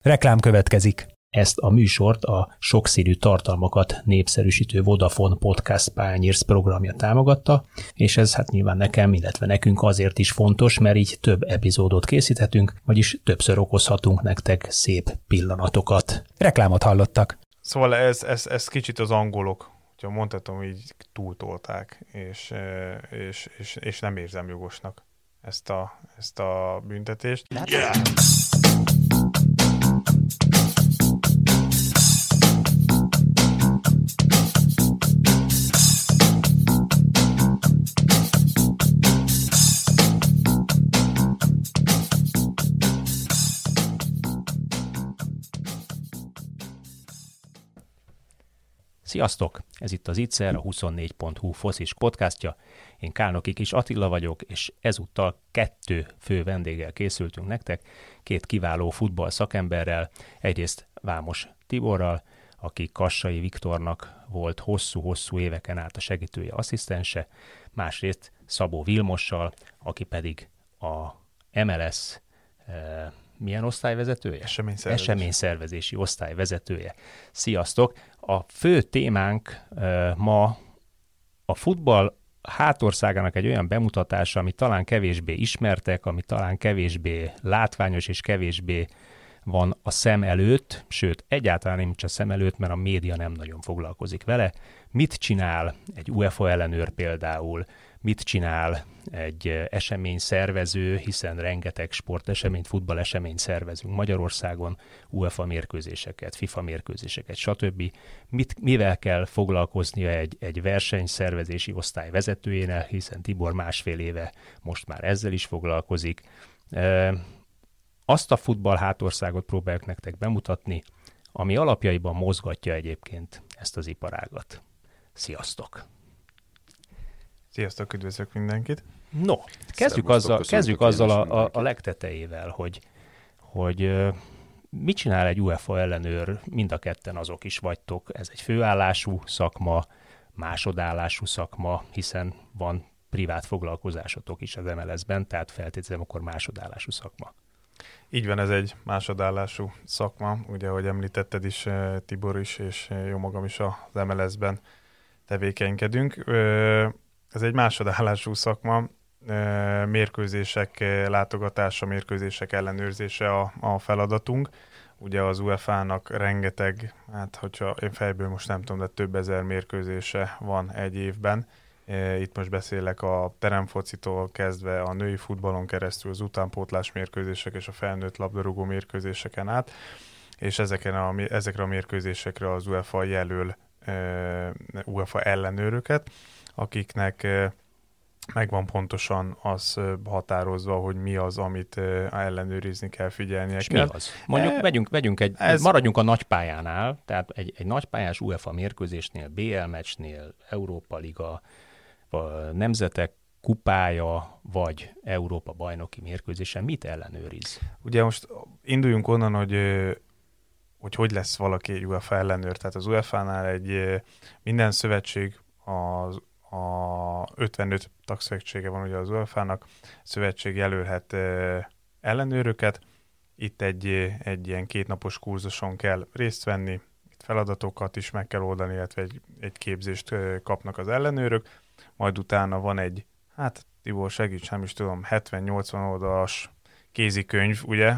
Reklám következik. Ezt a műsort a sokszínű tartalmakat népszerűsítő Vodafone Podcast Pioneers programja támogatta, és ez hát nyilván nekem, illetve nekünk azért is fontos, mert így több epizódot készíthetünk, vagyis többször okozhatunk nektek szép pillanatokat. Reklámot hallottak. Szóval ez kicsit az angolok, hogyha mondhatom így, túltolták, és nem érzem jogosnak ezt a büntetést. Yeah! Sziasztok! Ez itt az Ittszer, a 24.hu focis podcastja. Én Kálnoki Kis Attila vagyok, és ezúttal 2 fő vendéggel készültünk nektek, 2 kiváló futball szakemberrel, egyrészt Vámos Tiborral, aki Kassai Viktornak volt hosszú-hosszú éveken át a segítője, asszisztense, másrészt Szabó Vilmossal, aki pedig a MLS milyen osztályvezetője? Eseményszervezési osztályvezetője. Sziasztok! A fő témánk ma a futball hátországának egy olyan bemutatása, ami talán kevésbé ismertek, ami talán kevésbé látványos és kevésbé van a szem előtt, sőt, egyáltalán nem csak a szem előtt, mert a média nem nagyon foglalkozik vele. Mit csinál egy UEFA ellenőr például, mit csinál egy eseményszervező, hiszen rengeteg sporteseményt, futballeseményt szervezünk Magyarországon, UEFA mérkőzéseket, FIFA mérkőzéseket, stb. Mivel kell foglalkoznia egy versenyszervezési osztály vezetőjének, hiszen Tibor másfél éve most már ezzel is foglalkozik. Azt a futball hátországot próbáljuk nektek bemutatni, ami alapjaiban mozgatja egyébként ezt az iparágat. Sziasztok! Sziasztok, üdvözlök mindenkit! No, kezdjük azzal a legtetejével, hogy mit csinál egy UEFA ellenőr, mind a ketten azok is vagytok. Ez egy főállású szakma, másodállású szakma, hiszen van privát foglalkozásotok is az MLS-ben, tehát feltételezem akkor másodállású szakma. Így van, ez egy másodállású szakma, ugye, ahogy említetted is, Tibor is, és jó magam is az MLS-ben tevékenykedünk. Ez egy másodállású szakma, mérkőzések látogatása, mérkőzések ellenőrzése a feladatunk. Ugye az UEFA-nak rengeteg, hát hogyha én fejből most nem tudom, de több ezer mérkőzése van egy évben. Itt most beszélek a teremfocitól kezdve a női futballon keresztül az utánpótlás mérkőzések és a felnőtt labdarúgó mérkőzéseken át, és ezekre a mérkőzésekre az UEFA jelöl UEFA ellenőröket, akiknek megvan pontosan az határozva, hogy mi az, amit ellenőrizni kell, figyelnie kell. Mi az? Mondjuk maradjunk a nagypályánál, tehát egy nagypályás UEFA mérkőzésnél, BL meccsnél, Európa Liga, Nemzetek kupája, vagy Európa bajnoki mérkőzésen mit ellenőriz? Ugye most induljunk onnan, hogy lesz valaki egy UEFA ellenőr. Tehát az UEFA-nál minden szövetség, a 55 tagszövetsége van ugye az UEFA-nak, szövetség jelölhet ellenőröket. Itt egy ilyen 2 napos kurzuson kell részt venni, itt feladatokat is meg kell oldani, illetve egy képzést kapnak az ellenőrök, majd utána van egy, hát Tibor segíts, nem is tudom, 70-80 oldalas kézikönyv, ugye,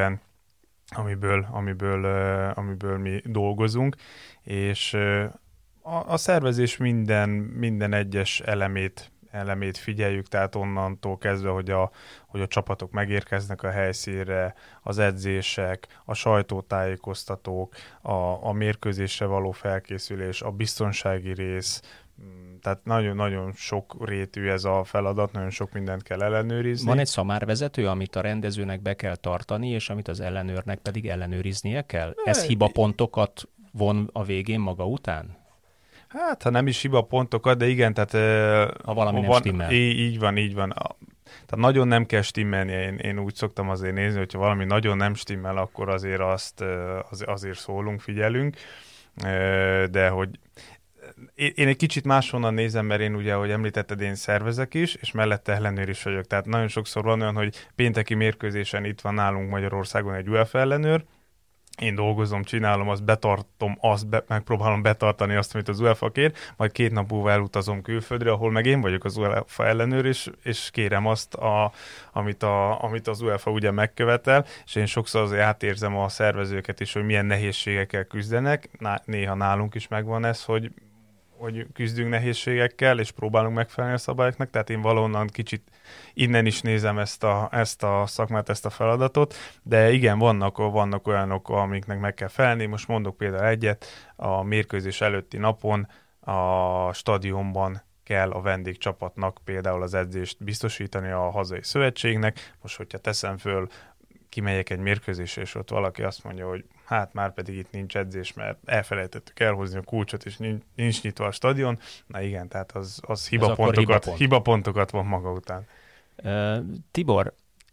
amiből mi dolgozunk, és a szervezés minden egyes elemét figyeljük, tehát onnantól kezdve, hogy a csapatok megérkeznek a helyszínre, az edzések, a sajtótájékoztatók, a mérkőzésre való felkészülés, a biztonsági rész, tehát nagyon-nagyon sok rétű ez a feladat, nagyon sok mindent kell ellenőrizni. Van egy szamárvezető, amit a rendezőnek be kell tartani, és amit az ellenőrnek pedig ellenőriznie kell? Ez hibapontokat von a végén maga után? Hát, ha nem is hibapontokat, de igen, tehát... Ha valami nem stimmel. Így van. Tehát nagyon nem kell stimmelni, én úgy szoktam azért nézni, hogyha valami nagyon nem stimmel, akkor azért szólunk, figyelünk, de hogy én egy kicsit máshonnan nézem, mert én ugye, ahogy említetted, én szervezek is, és mellette ellenőr is vagyok. Tehát nagyon sokszor van olyan, hogy pénteki mérkőzésen itt van nálunk Magyarországon egy UEFA ellenőr, én dolgozom, csinálom, azt betartom, megpróbálom betartani azt, amit az UEFA kér, majd 2 nap múlva elutazom külföldre, ahol meg én vagyok az UEFA ellenőr, és kérem azt, amit az UEFA ugye megkövetel, és én sokszor azért átérzem a szervezőket is, hogy milyen nehézségekkel küzdenek. Néha nálunk is megvan ez, hogy küzdünk nehézségekkel, és próbálunk megfelelni a szabályoknak, tehát én valahonnan kicsit innen is nézem ezt a szakmát, ezt a feladatot, de igen, vannak olyanok, amiknek meg kell felelni. Most mondok például egyet, a mérkőzés előtti napon a stadionban kell a vendégcsapatnak például az edzést biztosítani a hazai szövetségnek. Most, hogyha teszem föl, kimegyek egy mérkőzésre, és ott valaki azt mondja, hogy hát már pedig itt nincs edzés, mert elfelejtettük elhozni a kulcsot, és nincs nyitva a stadion. Na igen, tehát az hibapontokat von maga után. Tibor,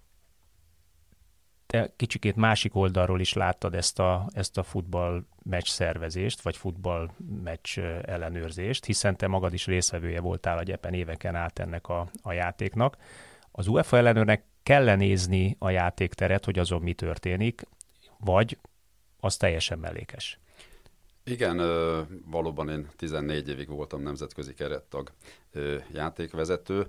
te kicsikét másik oldalról is láttad ezt a futball meccs szervezést, vagy futball meccs ellenőrzést, hiszen te magad is részvevője voltál a gyepen éveken át ennek a játéknak. Az UEFA ellenőrnek kell nézni a játékteret, hogy azon mi történik, vagy az teljesen mellékes? Igen, valóban én 14 évig voltam nemzetközi kerettag játékvezető.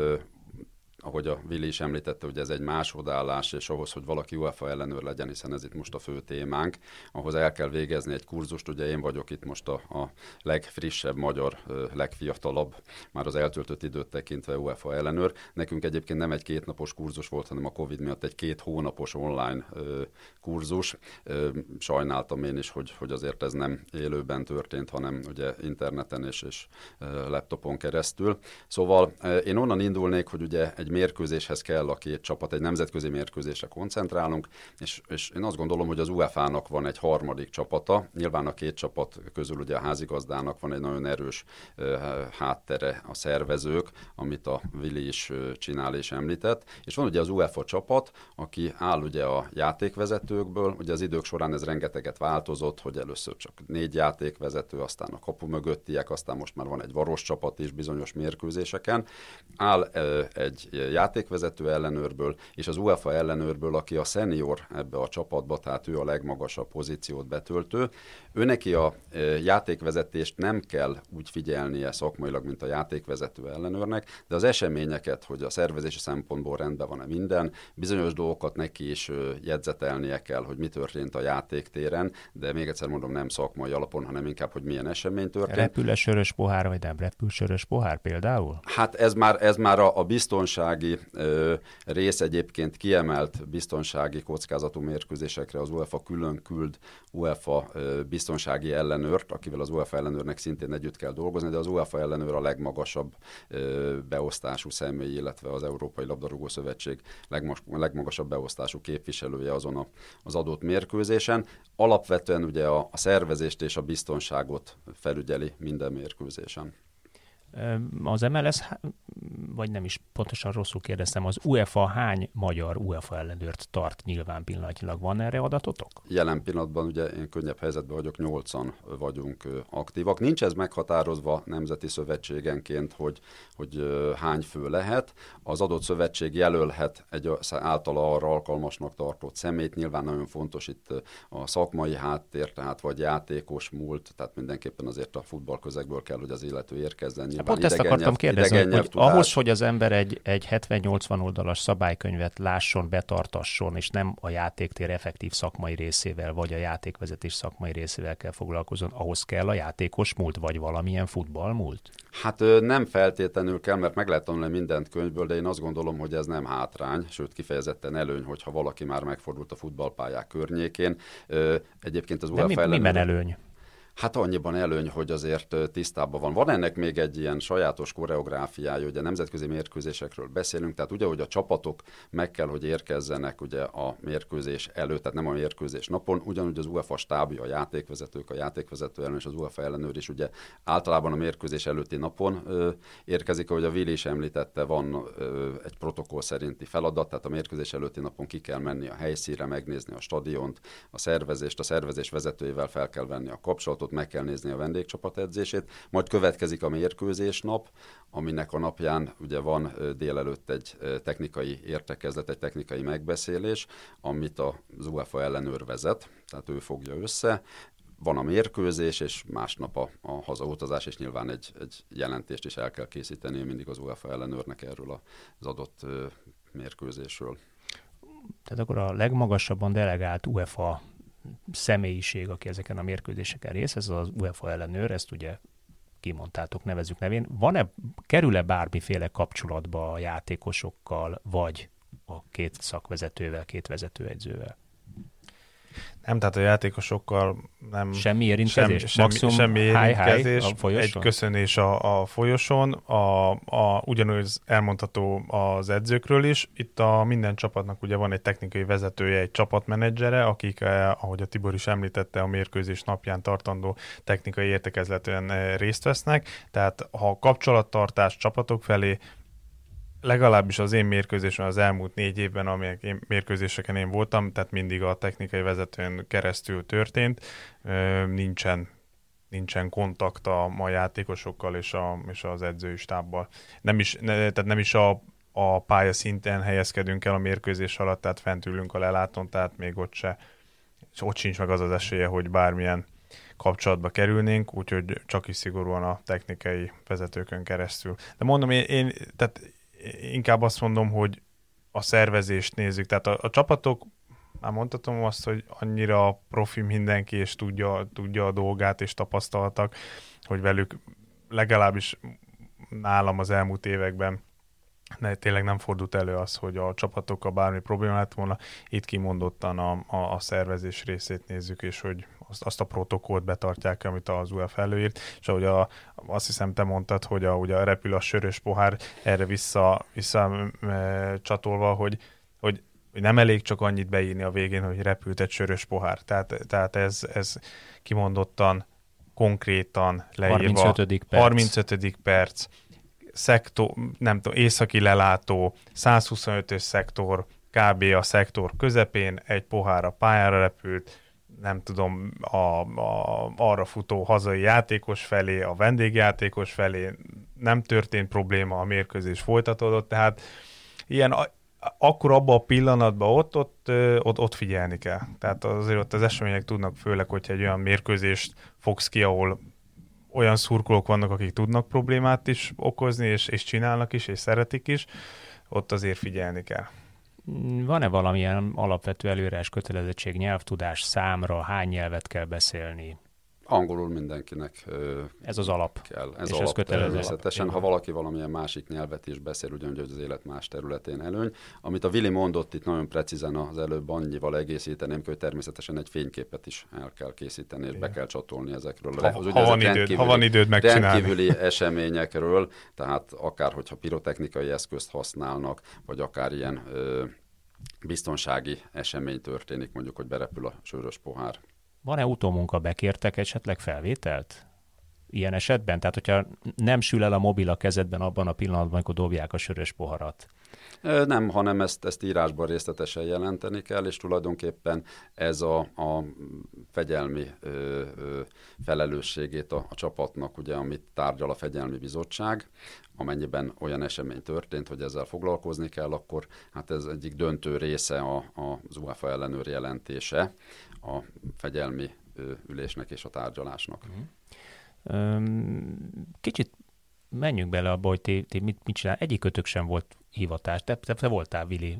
Ahogy a Vili is említette, hogy ez egy másodállás, és ahhoz, hogy valaki UEFA ellenőr legyen, hiszen ez itt most a fő témánk, ahhoz el kell végezni egy kurzust. Ugye én vagyok itt most a legfrissebb magyar, legfiatalabb, már az eltöltött időt tekintve UEFA ellenőr. Nekünk egyébként nem egy 2 napos kurzus volt, hanem a Covid miatt egy 2 hónapos online kurzus. Sajnáltam én is, hogy azért ez nem élőben történt, hanem ugye interneten és laptopon keresztül. Szóval én onnan indulnék, hogy ugye egy mérkőzéshez kell a 2 csapat, egy nemzetközi mérkőzésre koncentrálunk, és én azt gondolom, hogy az UEFA-nak van egy harmadik csapata. Nyilván a 2 csapat közül ugye a házigazdának van egy nagyon erős háttere, a szervezők, amit a Vili is csinál és említett, és van ugye az UEFA csapat, aki áll ugye a játékvezetőkből, ugye az idők során ez rengeteget változott, hogy először csak 4 játékvezető, aztán a kapu mögöttiek, aztán most már van egy varos csapat is bizonyos mérkőzéseken. Áll egy játékvezető ellenőrből, és az UEFA ellenőrből, aki a senior ebbe a csapatba, tehát ő a legmagasabb pozíciót betöltő. Őneki a játékvezetést nem kell úgy figyelnie szakmailag, mint a játékvezető ellenőrnek, de az eseményeket, hogy a szervezési szempontból rendben van-e minden, bizonyos dolgokat neki is jegyzetelnie kell, hogy mi történt a játéktéren, de még egyszer mondom, nem szakmai alapon, hanem inkább, hogy milyen esemény történt. Repül-e sörös pohár, vagy nem repül sörös pohár például? Hát ez már a biztonsági rész, egyébként kiemelt biztonsági kockázatú mérkőzésekre az UEFA külön küld UEFA biztonsági ellenőrt, akivel az UEFA ellenőrnek szintén együtt kell dolgozni, de az UEFA ellenőr a legmagasabb beosztású személy, illetve az Európai Labdarúgó Szövetség legmagasabb beosztású képviselője azon az adott mérkőzésen. Alapvetően ugye a szervezést és a biztonságot felügyeli minden mérkőzésen. Az MLS, vagy nem is pontosan rosszul kérdeztem, az UEFA hány magyar UEFA ellenőrt tart nyilván pillanatnyilag? Van erre adatotok? Jelen pillanatban ugye én könnyebb helyzetben vagyok, 8-an vagyunk aktívak. Nincs ez meghatározva nemzeti szövetségenként, hogy hány fő lehet. Az adott szövetség jelölhet egy általa arra alkalmasnak tartott személyt. Nyilván nagyon fontos itt a szakmai háttér, tehát vagy játékos múlt, tehát mindenképpen azért a futballközegből kell, hogy az illető érkezzen. Pont ezt akartam kérdezni, hogy ahhoz, hogy az ember egy 70-80 oldalas szabálykönyvet lásson, betartasson, és nem a játéktér effektív szakmai részével, vagy a játékvezetés szakmai részével kell foglalkozzon, ahhoz kell a játékos múlt, vagy valamilyen futballmúlt? Hát nem feltétlenül kell, mert meg lehet tanulni mindent könyvből, de én azt gondolom, hogy ez nem hátrány, sőt kifejezetten előny, hogyha valaki már megfordult a futballpályák környékén. Egyébként az UEFA miben előny? Hát annyiban előny, hogy azért tisztában van. Van ennek még egy ilyen sajátos koreográfiája, hogy a nemzetközi mérkőzésekről beszélünk, tehát ugye, hogy a csapatok meg kell, hogy érkezzenek ugye a mérkőzés előtt, tehát nem a mérkőzés napon, ugyanúgy az UEFA stábja, a játékvezetők, a játékvezető ellen és az UEFA ellenőr is ugye általában a mérkőzés előtti napon érkezik, ahogy a Vili is említette, van egy protokoll szerinti feladat, tehát a mérkőzés előtti napon ki kell menni a helyszínre, megnézni a stadiont, a szervezést, a szervezés vezetőjével fel kell venni a kapcsolatot, csapatot, meg kell nézni a vendégcsapat edzését, majd következik a mérkőzés nap, aminek a napján ugye van délelőtt egy technikai értekezlet, egy technikai megbeszélés, amit az UEFA ellenőr vezet, tehát ő fogja össze, van a mérkőzés, és másnap a hazautazás, és nyilván egy jelentést is el kell készíteni mindig az UEFA ellenőrnek erről az adott mérkőzésről. Tehát akkor a legmagasabban delegált UEFA személyiség, aki ezeken a mérkőzéseken részt, ez az UEFA ellenőr, ezt ugye kimondtátok, nevezzük nevén. Kerül-e bármiféle kapcsolatba a játékosokkal, vagy a két szakvezetővel, két vezetőedzővel? Nem, tehát a játékosokkal nem... Semmi érintkezés? Semmi érintkezés, egy folyosón? köszönés a folyosón, ugyanúgy elmondható az edzőkről is. Itt minden csapatnak ugye van egy technikai vezetője, egy csapatmenedzsere, akik, ahogy a Tibor is említette, a mérkőzés napján tartandó technikai értekezleten részt vesznek, tehát ha kapcsolattartás csapatok felé, legalábbis az én mérkőzésen az elmúlt 4 évben, amelyek mérkőzéseken én voltam, tehát mindig a technikai vezetőn keresztül történt, nincsen kontakt a játékosokkal és az edzői stábbal. Tehát nem is a pálya szinten helyezkedünk el a mérkőzés alatt, tehát fent ülünk a lelátón, tehát még ott sincs meg az az esélye, hogy bármilyen kapcsolatba kerülnénk, úgyhogy csak is szigorúan a technikai vezetőkön keresztül. De mondom, én tehát inkább azt mondom, hogy a szervezést nézzük. Tehát a csapatok, már mondhatom azt, hogy annyira profi mindenki, és tudja a dolgát, és tapasztaltak, hogy velük legalábbis nálam az elmúlt években tényleg nem fordult elő az, hogy a csapatokkal bármi probléma lett volna. Itt kimondottan a szervezés részét nézzük, és hogy azt a protokollt betartják, amit az UEFA előírt, és ahogy azt hiszem te mondtad, hogy ugye repül a sörös pohár, erre vissza csatolva, hogy nem elég csak annyit beírni a végén, hogy repült egy sörös pohár. Tehát ez kimondottan, konkrétan leírva. 35. perc. Szektor, nem tudom, északi lelátó, 125-ös szektor, kb. A szektor közepén, egy pohár a pályára repült, nem tudom, arra futó hazai játékos felé, a vendégjátékos felé nem történt probléma, a mérkőzés folytatódott, tehát ilyen akkor abban a pillanatban ott figyelni kell. Tehát azért ott az események tudnak, főleg, hogyha egy olyan mérkőzést fogsz ki, ahol olyan szurkolók vannak, akik tudnak problémát is okozni, és csinálnak is, és szeretik is, ott azért figyelni kell. Van-e valamilyen alapvető előírás, kötelezettség, nyelvtudás, számra, hány nyelvet kell beszélni? Angolul mindenkinek ez az alap. Kell. Ez és alap, ez kötelező. Természetesen, ha valaki valamilyen másik nyelvet is beszél, ugyanúgy az élet más területén előny. Amit a Vili mondott itt nagyon precízen az előbb, annyival egészíteném, hogy természetesen egy fényképet is el kell készíteni, és be kell csatolni ezekről. Ha van időd megcsinálni. Rendkívüli eseményekről, tehát akár, hogyha pirotechnikai eszközt használnak, vagy akár ilyen biztonsági esemény történik, mondjuk, hogy berepül a sörös pohár. Van-e utómunka, bekértek esetleg felvételt? Ilyen esetben? Tehát, hogyha nem sül el a mobil a kezedben abban a pillanatban, amikor dobják a sörös poharat? Nem, hanem ezt írásban részletesen jelenteni kell, és tulajdonképpen ez a fegyelmi felelősségét a csapatnak, ugye, amit tárgyal a fegyelmi bizottság, amennyiben olyan esemény történt, hogy ezzel foglalkozni kell, akkor hát ez egyik döntő része az UEFA ellenőr jelentése a fegyelmi ülésnek és a tárgyalásnak. Kicsit menjünk bele abba, hogy ti mit csinál. Egyikőtök sem volt hivatás. Te voltál, Vili,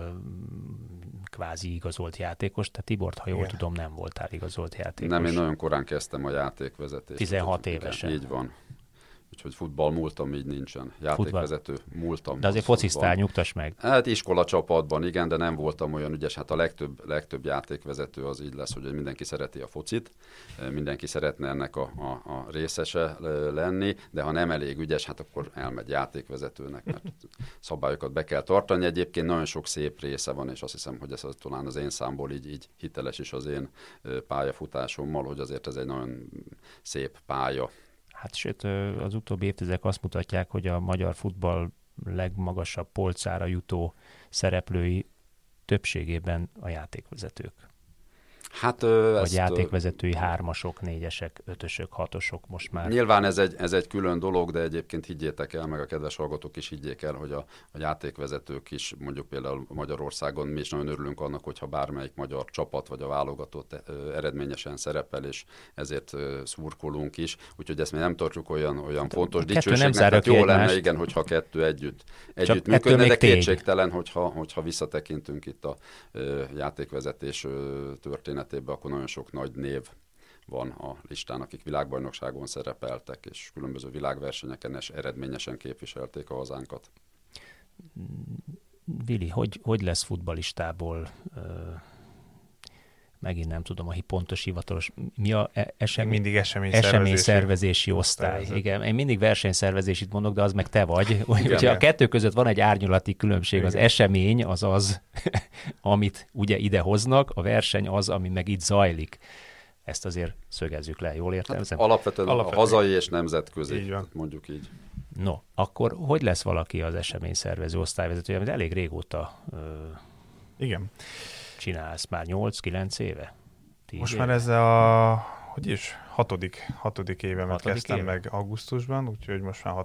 kvázi igazolt játékos, te Tibort, ha jól tudom, nem voltál igazolt játékos. Nem, én nagyon korán kezdtem a játékvezetést. 16 évesen. Így van. Úgyhogy futball múltam így nincsen. Játékvezető múltam. De azért focisztál, nyugtass meg. Hát iskola csapatban, igen, de nem voltam olyan ügyes. Hát a legtöbb játékvezető az így lesz, hogy mindenki szereti a focit, mindenki szeretne ennek a részese lenni, de ha nem elég ügyes, hát akkor elmegy játékvezetőnek, mert szabályokat be kell tartani. Egyébként nagyon sok szép része van, és azt hiszem, hogy ez talán az én számból így hiteles is az én pályafutásommal, hogy azért ez egy nagyon szép pálya. Hát sőt, az utóbbi évtizedek azt mutatják, hogy a magyar futball legmagasabb polcára jutó szereplői többségében a játékvezetők. Hát, vagy játékvezetői 3-asok, 4-esek, 5-ösök, 6-osok most már. Nyilván ez egy külön dolog, de egyébként higgyétek el, meg a kedves hallgatók is higgyék el, hogy a játékvezetők is, mondjuk például Magyarországon mi is nagyon örülünk annak, hogyha bármelyik magyar csapat vagy a válogatott eredményesen szerepel, és ezért szurkolunk is. Úgyhogy ezt mi nem tartjuk olyan fontos dicsőségnek. Tehát jó lenne, igen, hogyha kettő együtt működne, de kétségtelen, hogyha visszatekintünk itt a játékvezetés történetébe, akkor nagyon sok nagy név van a listán, akik világbajnokságon szerepeltek, és különböző világversenyeken is eredményesen képviselték a hazánkat. Vili, hogy lesz futballistából, megint nem tudom, a pontos hivatalos, mi a mindig eseményszervezési osztály. Igen, én mindig versenyszervezésit mondok, de az meg te vagy. Ugye a kettő között van egy árnyalati különbség. Igen. Az esemény az, amit ugye ide hoznak, a verseny az, ami meg itt zajlik. Ezt azért szögezzük le, jól értelmezem? Hát alapvetően a hazai és nemzetközi, mondjuk így. No, akkor hogy lesz valaki az eseményszervező osztályvezetője, amit elég régóta igen. csinálsz, már 8-9 éve? Most már ez hatodik évemet kezdtem meg augusztusban, úgyhogy most már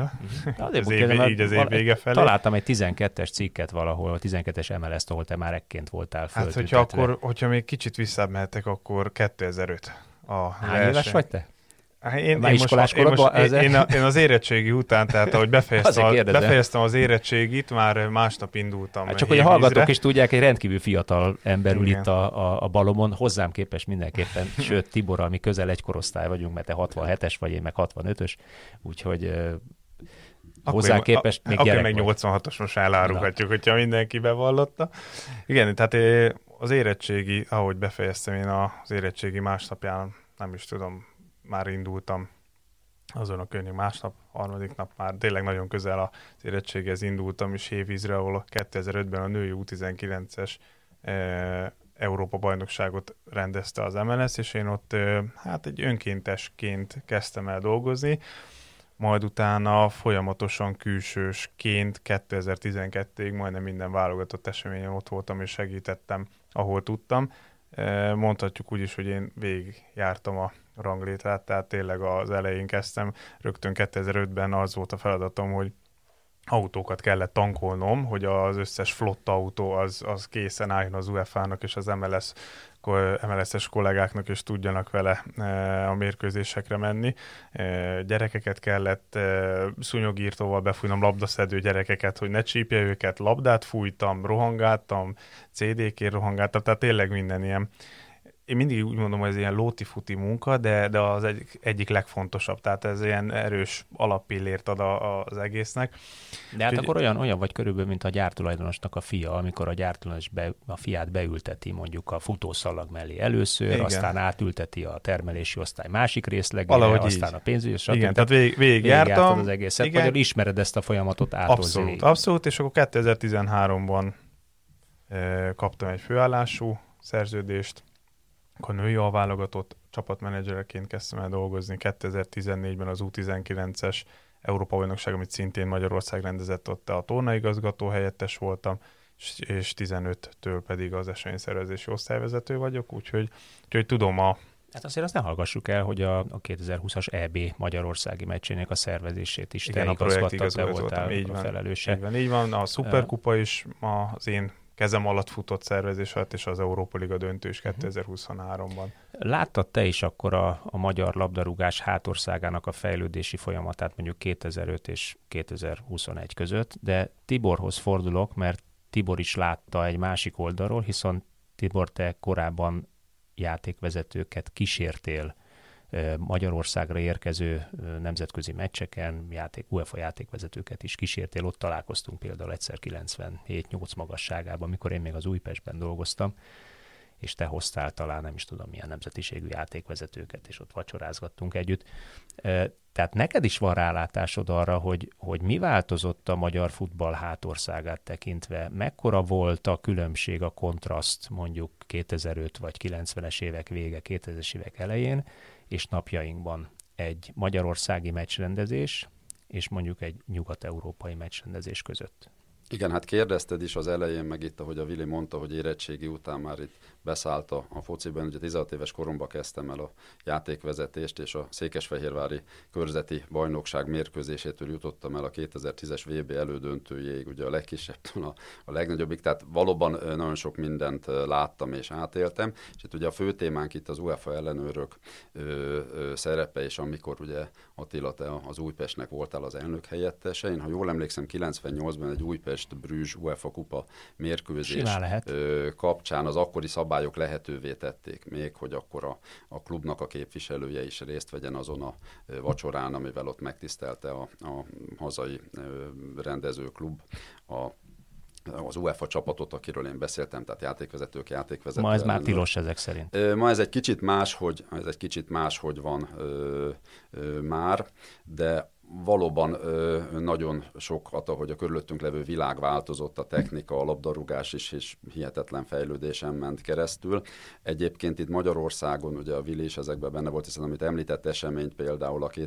6,5. Így az év vége felé. Találtam egy 12-es cikket valahol, a 12-es MLS-t, ahol te már ekként voltál föltüntetve. Hát, hogyha még kicsit visszamehetek, akkor 2005 a Hány éves vagy te? Én az érettségi után, tehát ahogy befejeztem az érettségit, már másnap indultam. Hát csak hogy a hallgatók is tudják, egy rendkívül fiatal ember ül itt a balomon, hozzám képest mindenképpen, sőt Tiborral mi közel egy korosztály vagyunk, mert te 67-es vagy, én meg 65-ös, úgyhogy hozzá képest még gyerek meg 86-os most elárulhatjuk, hogyha mindenki bevallotta. Igen, tehát az érettségi, ahogy befejeztem én az érettségi másnapján, nem is tudom, már indultam azon a környék másnap, harmadik nap már tényleg nagyon közel az érettséghez indultam, és hévízre, ahol 2005-ben a női U19-es Európa-bajnokságot rendezte az MLS, és én ott egy önkéntesként kezdtem el dolgozni, majd utána folyamatosan külsősként 2012-ig majdnem minden válogatott eseményen ott voltam, és segítettem, ahol tudtam. Mondhatjuk úgy is, hogy én végigjártam a ranglétrát, tehát tényleg az elején kezdtem. Rögtön 2005-ben az volt a feladatom, hogy autókat kellett tankolnom, hogy az összes flotta autó az készen álljon az UEFA-nak és az MLS-es kollégáknak, és tudjanak vele a mérkőzésekre menni. Gyerekeket kellett szúnyogírtóval befújnom, labdaszedő gyerekeket, hogy ne csípje őket, labdát fújtam, rohangáltam, CD-kért rohangáltam, tehát tényleg minden ilyen. Én mindig úgy mondom, hogy ez ilyen lóti-futi munka, de az egyik legfontosabb. Tehát ez ilyen erős alappillért ad az egésznek. De hát akkor olyan vagy körülbelül, mint a gyártulajdonosnak a fia, amikor a gyártulajdonos a fiát beülteti mondjuk a futószalag mellé először, igen. Aztán átülteti a termelési osztály másik részlegére, aztán a pénzügyi, stb. Igen, tehát végigjártam az egészet, vagy ismered ezt a folyamatot átolni. Abszolút, és akkor 2013-ban kaptam egy főállású szerződést, akkor női alválogatott csapatmenedzsereként kezdtem el dolgozni. 2014-ben az U19-es Európa-bajnokság, amit szintén Magyarország rendezett, ott a tornaigazgató helyettes voltam, és 15-től pedig az eseményszervezési osztályvezető vagyok, úgyhogy tudom Hát azért azt ne hallgassuk el, hogy a 2020-as EB magyarországi meccsének a szervezését is te igazgattad, te voltál a felelőse. Így van, a Szuperkupa is az én kezem alatt futott szervezés alatt, és az Európa Liga döntő is 2023-ban. Láttad te is akkor a magyar labdarúgás hátországának a fejlődési folyamatát mondjuk 2005 és 2021 között, de Tiborhoz fordulok, mert Tibor is látta egy másik oldalról, hiszen Tibor, te korábban játékvezetőket kísértél Magyarországra érkező nemzetközi meccseken, UEFA játékvezetőket is kísértél, ott találkoztunk például egyszer 97-8 magasságában, amikor én még az Újpestben dolgoztam, és te hoztál talán nem is tudom milyen nemzetiségű játékvezetőket, és ott vacsorázgattunk együtt. Tehát neked is van rálátásod arra, hogy mi változott a magyar futball hátországát tekintve, mekkora volt a különbség, a kontraszt mondjuk 2005 vagy 90-es évek vége, 2000-es évek elején, és napjainkban egy magyarországi meccsrendezés, és mondjuk egy nyugat-európai meccsrendezés között. Igen, hát kérdezted is az elején, meg itt, ahogy a Vili mondta, hogy érettségi után már itt beszállt a fociban. Ugye 16 éves koromban kezdtem el a játékvezetést, és a székesfehérvári körzeti bajnokság mérkőzésétől jutottam el a 2010-es VB elődöntőjéig, ugye a legkisebbtől a legnagyobbik, tehát valóban nagyon sok mindent láttam és átéltem, és itt ugye a fő témánk itt az UEFA ellenőrök szerepe, és amikor ugye Attila, te az Újpestnek voltál az elnök helyettese, én ha jól emlékszem 98-ban egy Újpest-Brüzs UEFA kupa mérkőzés kapcsán az akkori szabályok lehetővé tették még, hogy akkor a klubnak a képviselője is részt vegyen azon a vacsorán, amivel ott megtisztelte a hazai rendezőklub az UEFA csapatot, akiről én beszéltem, tehát játékvezetők. Ma ez már tilos ezek szerint. Ma ez egy kicsit máshogy van már, de valóban nagyon sokat, ahogy a körülöttünk levő világ változott, a technika, a labdarúgás is, és hihetetlen fejlődésen ment keresztül. Egyébként itt Magyarországon, ugye a Vili is ezekben benne volt, hiszen amit említett eseményt, például a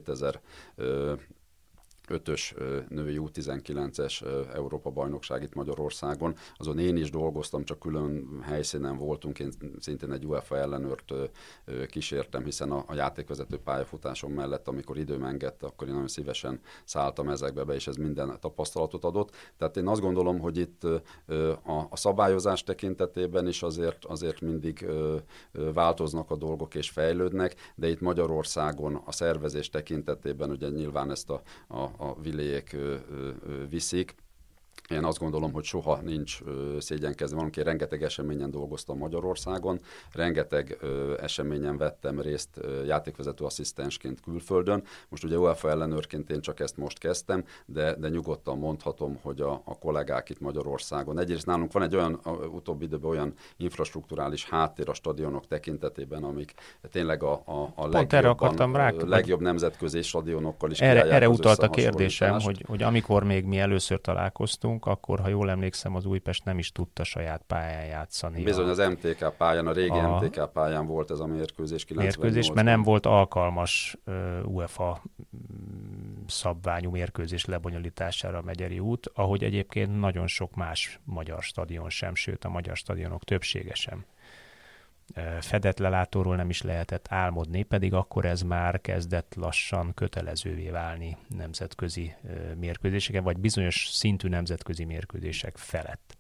2005-ös női U19-es Európa-bajnokság itt Magyarországon. Azon én is dolgoztam, csak külön helyszínen voltunk, én szintén egy UEFA ellenőrt kísértem, hiszen a játékvezető pályafutásom mellett, amikor időm engedte, akkor én nagyon szívesen szálltam ezekbe be, és ez minden tapasztalatot adott. Tehát én azt gondolom, hogy itt a szabályozás tekintetében is azért mindig változnak a dolgok és fejlődnek, de itt Magyarországon a szervezés tekintetében ugye nyilván ezt a Viléjék viszik. Én azt gondolom, hogy soha nincs szégyenkezni. Valaki rengeteg eseményen dolgoztam Magyarországon, rengeteg eseményen vettem részt játékvezető asszisztensként külföldön. Most ugye UEFA ellenőrként én csak ezt most kezdtem, de nyugodtan mondhatom, hogy a kollégák itt Magyarországon. Egyrészt nálunk van egy olyan, utóbbi időben olyan infrastrukturális háttér a stadionok tekintetében, amik tényleg a legjobb nemzetközi stadionokkal is erre utalt a kérdésem, hogy amikor még mi először találkoztunk, akkor, ha jól emlékszem, az Újpest nem is tudta saját pályán játszani. Bizony az MTK pályán, a régi MTK pályán volt ez a mérkőzés 98-ban. Mert nem volt alkalmas UEFA szabványú mérkőzés lebonyolítására a Megyeri út, ahogy egyébként nagyon sok más magyar stadion sem, sőt a magyar stadionok többsége sem. Fedett lelátóról nem is lehetett álmodni, pedig akkor ez már kezdett lassan kötelezővé válni nemzetközi mérkőzéseken, vagy bizonyos szintű nemzetközi mérkőzések felett.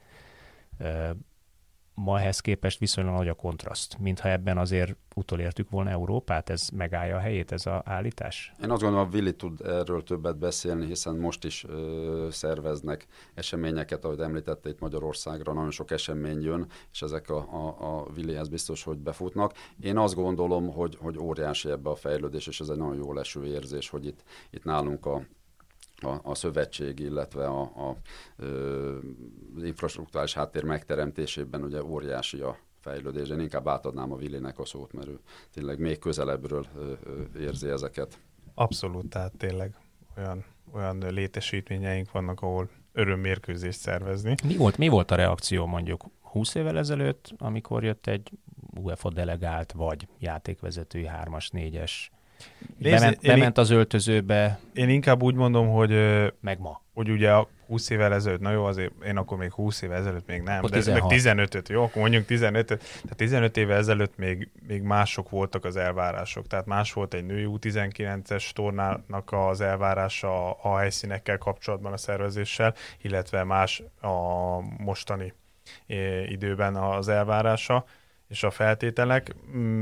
Ma ehhez képest viszonylag nagy a kontraszt, mintha ebben azért utolértük volna Európát, ez megállja a helyét, ez az állítás? Én azt gondolom, a Vili tud erről többet beszélni, hiszen most is szerveznek eseményeket, ahogy említette itt Magyarországra, nagyon sok esemény jön, és ezek a Vilihez biztos, hogy befutnak. Én azt gondolom, hogy óriási ebbe a fejlődés, és ez egy nagyon jó leső érzés, hogy itt nálunk a szövetség, illetve az infrastruktúrális háttér megteremtésében ugye óriási a fejlődés. Én inkább átadnám a Vilinek a szót, mert ő tényleg még közelebbről érzi ezeket. Abszolút, tehát tényleg olyan létesítményeink vannak, ahol örömmérkőzést szervezni. Mi volt a reakció mondjuk 20 évvel ezelőtt, amikor jött egy UEFA delegált, vagy játékvezetői 3-as, 4-es, bement az öltözőbe. Én inkább úgy mondom, hogy meg ma. Hogy ugye 20 évvel ezelőtt, na jó, azért én akkor még 20 évvel ezelőtt még nem, akkor de 16. meg 15-öt, jó, akkor mondjuk 15-öt, tehát 15 évvel ezelőtt még mások voltak az elvárások, tehát más volt egy női U19-es tornának az elvárása a helyszínekkel kapcsolatban a szervezéssel, illetve más a mostani időben az elvárása és a feltételek.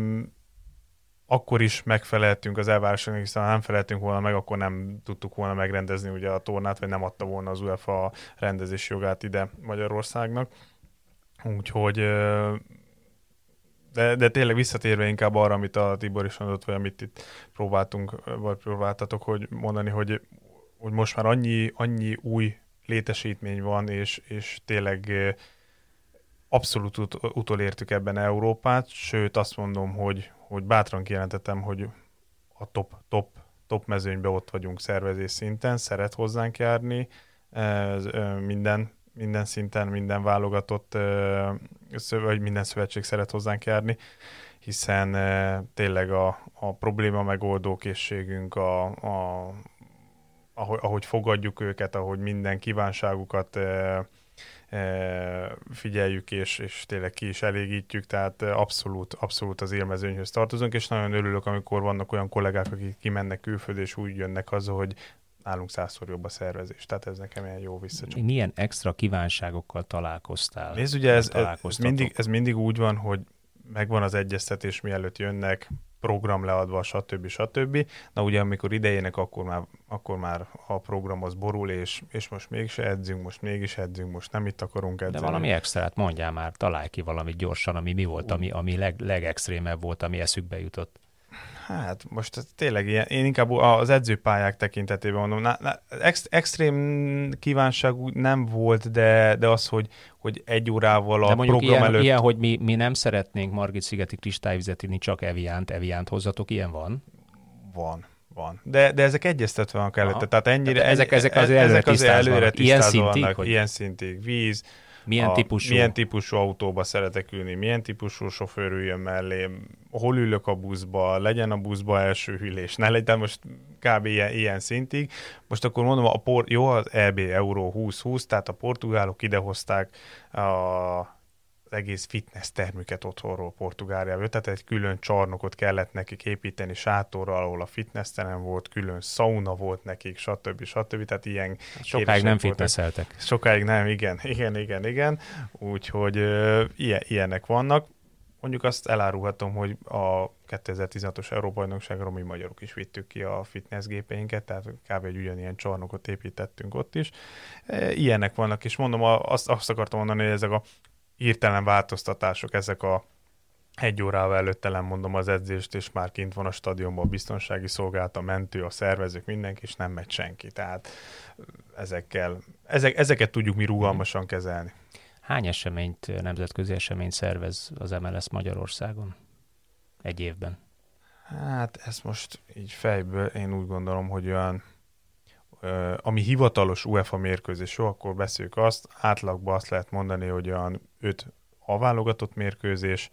Akkor is megfeleltünk az elvárásoknak, hiszen ha nem feleltünk volna meg, akkor nem tudtuk volna megrendezni ugye a tornát, vagy nem adta volna az UEFA rendezési jogát ide Magyarországnak. Úgyhogy, de tényleg visszatérve inkább arra, amit a Tibor is mondott, vagy amit itt próbáltatok hogy mondani, hogy most már annyi új létesítmény van, és tényleg abszolút utolértük ebben Európát, sőt azt mondom, hogy bátran kijelentettem, hogy a top mezőnyben ott vagyunk szervezés szinten, szeret hozzánk járni, minden szinten, minden válogatott, vagy minden szövetség szeret hozzánk járni, hiszen tényleg a probléma megoldó készségünk, ahogy fogadjuk őket, ahogy minden kívánságukat figyeljük, és tényleg ki is elégítjük, tehát abszolút az élmezőnyhöz tartozunk, és nagyon örülök, amikor vannak olyan kollégák, akik kimennek külföldre, és úgy jönnek haza, hogy nálunk 100-szor jobb a szervezés. Tehát ez nekem ilyen jó visszacsatolás. Milyen extra kívánságokkal találkoztál? Nézd, ugye ez mindig úgy van, hogy megvan az egyeztetés, mielőtt jönnek, program leadva, stb. Na ugye, amikor idejének, akkor már a program az borul, és most mégse edzünk, most mégis edzünk, most nem itt akarunk edzeni. De valami extrát mondjál már, találj ki valamit gyorsan, ami mi volt, ami legextrémebb volt, ami eszükbe jutott. Hát most tényleg ilyen, én inkább az edzőpályák tekintetében mondom, extrém kívánság nem volt, de az, hogy egy órával a program előtt... Ilyen, hogy mi nem szeretnénk Margit-szigeti kristályvizet inni, csak Eviant hozzatok, ilyen van? Van. De ezek egyeztetve vannak előtte, tehát ennyire... Ezek azért előre tisztázva vannak. Ilyen szintig víz, milyen típusú autóba szeretek ülni, milyen típusú sofőr üljön mellé, hol ülök a buszba, legyen a buszba első ülés, ne legyen most kb. Ilyen szintig. Most akkor mondom, jó az EB Euró 2020, tehát a portugálok idehozták az egész fitness termüket otthonról Portugáliából, tehát egy külön csarnokot kellett nekik építeni sátorral, ahol a fitnessteren volt, külön sauna volt nekik, stb. Tehát ilyen sokáig nem fitnesszeltek. Sokáig nem, igen. Úgyhogy ilyenek vannak. Mondjuk azt elárulhatom, hogy a 2016-os Európa-bajnokságra mi magyarok is vittük ki a fitnessgépeinket, tehát kb. Egy ugyanilyen csarnokot építettünk ott is. Ilyenek vannak, és mondom, azt akartam mondani, hogy ezek a hirtelen változtatások, ezek a egy órával előtte nem mondom az edzést, és már kint van a stadionban a biztonsági szolgálat, a mentő, a szervezők, mindenki, és nem megy senki. Tehát ezeket tudjuk mi rugalmasan kezelni. Hány nemzetközi eseményt szervez az MLS Magyarországon egy évben? Hát ezt most így fejből én úgy gondolom, hogy olyan, ami hivatalos UEFA mérkőzés, jó, akkor beszéljük azt, átlagban azt lehet mondani, hogy olyan 5 A-válogatott mérkőzés,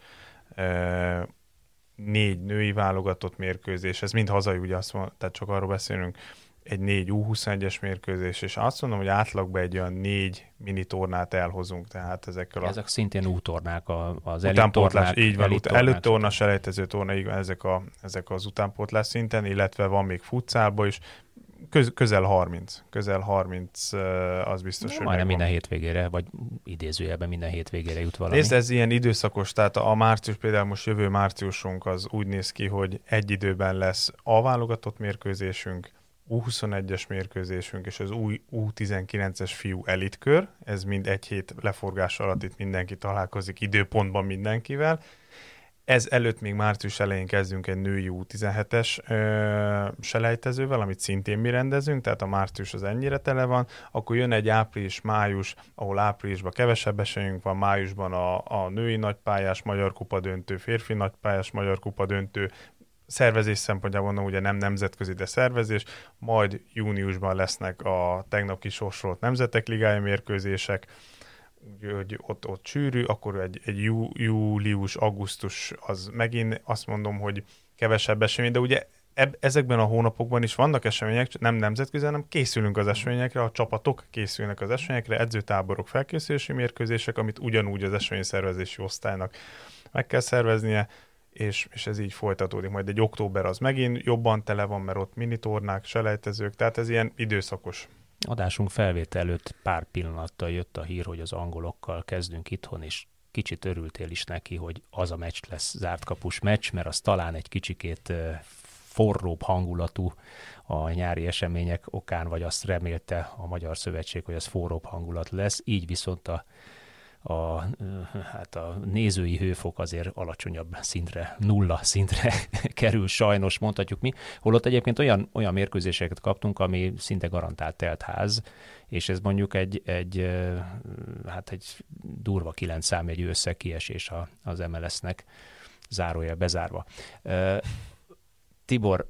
4 női válogatott mérkőzés, ez mind hazai, ugye azt mondom, tehát csak arról beszélünk, egy 4 U21-es mérkőzés, és azt mondom, hogy átlagban egy olyan 4 mini tornát elhozunk, tehát ezekkel ezek szintén U-tornák, az utánpótlás, így van, előtt torna, selejtező torna, így van, ezek az utánpótlás szinten, illetve van még futszálba is, közel 30 az biztos, hogy majdnem minden hétvégére, vagy idézőjelben minden hétvégére jut valami. Nézd, ez ilyen időszakos, tehát a március, például most jövő márciusunk az úgy néz ki, hogy egy időben lesz a válogatott mérkőzésünk, U21-es mérkőzésünk, és az új U19-es fiú elitkör, ez mind egy hét leforgás alatt itt mindenki találkozik időpontban mindenkivel. Ez előtt még március elején kezdünk egy női U17-es selejtezővel, amit szintén mi rendezünk, tehát a március az ennyire tele van, akkor jön egy április-május, ahol áprilisban kevesebb esélyünk van, májusban a női nagypályás magyar kupa döntő, férfi nagypályás magyar kupa döntő, szervezés szempontjából mondom, ugye nem nemzetközi, de szervezés, majd júniusban lesznek a tegnap kisorsolt nemzetek ligája mérkőzések, úgyhogy ott sűrű, akkor egy július-augusztus az megint azt mondom, hogy kevesebb esemény, de ugye ezekben a hónapokban is vannak események, nem nemzetközi, hanem készülünk az eseményekre, a csapatok készülnek az eseményekre, edzőtáborok, felkészülési mérkőzések, amit ugyanúgy az eseményszervezési osztálynak meg kell szerveznie, és ez így folytatódik. Majd egy október az megint jobban tele van, mert ott minitornák, selejtezők, tehát ez ilyen időszakos. Adásunk felvétel előtt pár pillanattal jött a hír, hogy az angolokkal kezdünk itthon, és kicsit örültél is neki, hogy az a meccs lesz zártkapus meccs, mert az talán egy kicsikét forróbb hangulatú a nyári események okán, vagy azt remélte a Magyar Szövetség, hogy az forróbb hangulat lesz, így viszont a nézői hőfok azért alacsonyabb szintre, 0 szintre kerül sajnos, mondhatjuk mi. Holott egyébként olyan mérkőzéseket kaptunk, ami szinte garantált telt ház, és ez mondjuk egy durva 9 számjegyű összegkiesés az MLS-nek, zárójel bezárva. Tibor,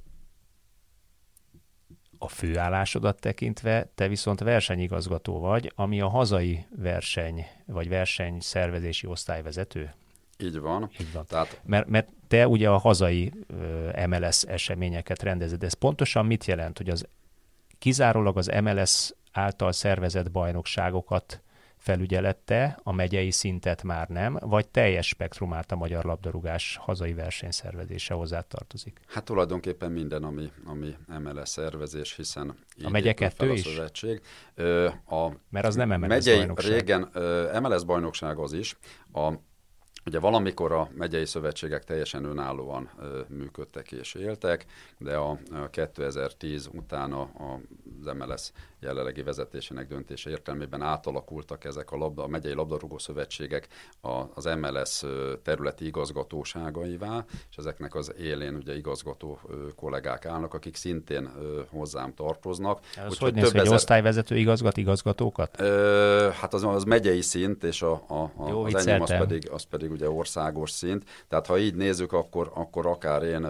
a főállásodat tekintve, te viszont versenyigazgató vagy, ami a hazai verseny, vagy versenyszervezési osztályvezető? Így van. Tehát... Mert te ugye a hazai MLS eseményeket rendezed. Ez pontosan mit jelent, hogy kizárólag az MLS által szervezett bajnokságokat felügyelette, a megyei szintet már nem, vagy teljes spektrumát a magyar labdarúgás hazai versenyszervezése hozzátartozik? Hát tulajdonképpen minden, ami MLS szervezés, hiszen a megye 2 is? Szövetség. Mert az nem MLS megyei, bajnokság. Régen MLS bajnokság az is. Ugye valamikor a megyei szövetségek teljesen önállóan működtek és éltek, de a 2010 után az MLS jelenlegi vezetésének döntése értelmében átalakultak ezek a megyei labdarúgó szövetségek az MLS területi igazgatóságaivá, és ezeknek az élén ugye igazgató kollégák állnak, akik szintén hozzám tartoznak. Ez hogy néz, hogy osztályvezető igazgatókat? Hát az megyei szint, és az enyém az pedig ugye országos szint. Tehát ha így nézzük, akkor akár én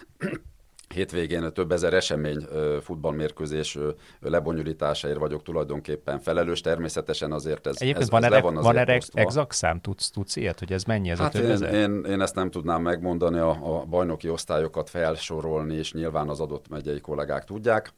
hétvégén több ezer esemény futballmérkőzés lebonyolításáért vagyok tulajdonképpen felelős. Természetesen azért ez le van van erre exakt szám? Tudsz ilyet, hogy ez mennyi ez a több ezer? Én ezt nem tudnám megmondani, a bajnoki osztályokat felsorolni, és nyilván az adott megyei kollégák tudják.